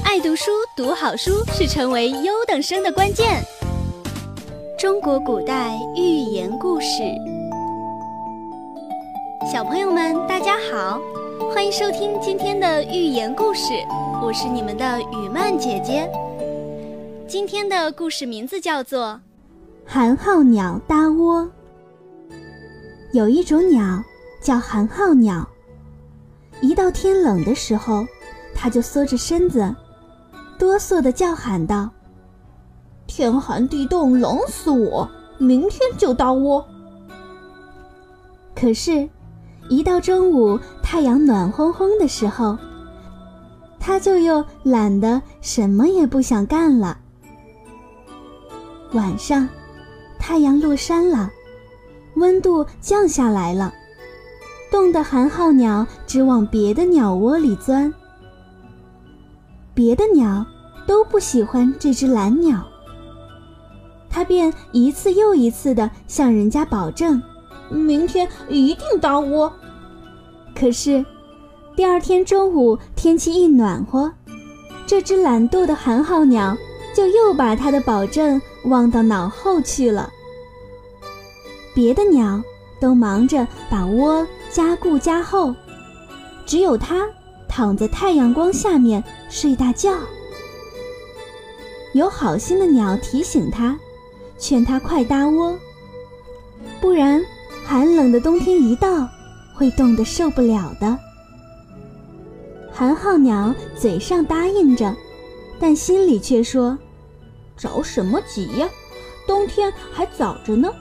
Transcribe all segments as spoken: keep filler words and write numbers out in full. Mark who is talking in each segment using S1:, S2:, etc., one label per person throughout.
S1: 爱读书，读好书是成为优等生的关键。中国古代寓言故事，小朋友们大家好，欢迎收听今天的寓言故事，我是你们的雨曼姐姐。今天的故事名字叫做寒号鸟搭窝。有一种鸟叫寒号鸟，一到天冷的时候，它就缩着身子，哆嗦地叫喊道：天寒地冻，冷死我，明天就搭窝。可是一到中午太阳暖烘烘的时候，它就又懒得什么也不想干了。晚上太阳落山了，温度降下来了，冻得寒号鸟只往别的鸟窝里钻。别的鸟都不喜欢这只蓝鸟，它便一次又一次地向人家保证，明天一定搭窝。可是第二天中午天气一暖和，这只懒惰的寒号鸟就又把它的保证忘到脑后去了。别的鸟都忙着把窝加固加厚，只有它躺在太阳光下面睡大觉。有好心的鸟提醒它，劝它快搭窝，不然寒冷的冬天一到，会冻得受不了的。寒号鸟嘴上答应着，但心里却说：着什么急呀，冬天还早着呢。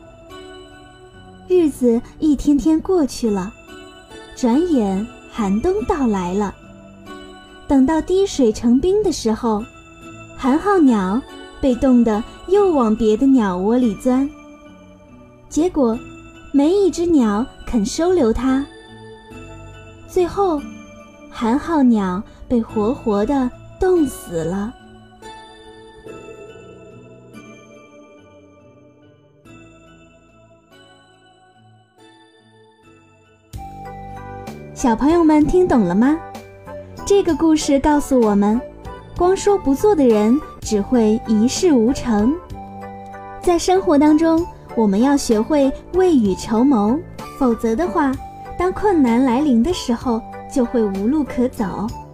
S1: 日子一天天过去了，转眼寒冬到来了。等到滴水成冰的时候，寒号鸟被冻得又往别的鸟窝里钻，结果没一只鸟肯收留它。最后寒号鸟被活活地冻死了。小朋友们听懂了吗？这个故事告诉我们，光说不做的人只会一事无成。在生活当中，我们要学会未雨绸缪，否则的话，当困难来临的时候，就会无路可走。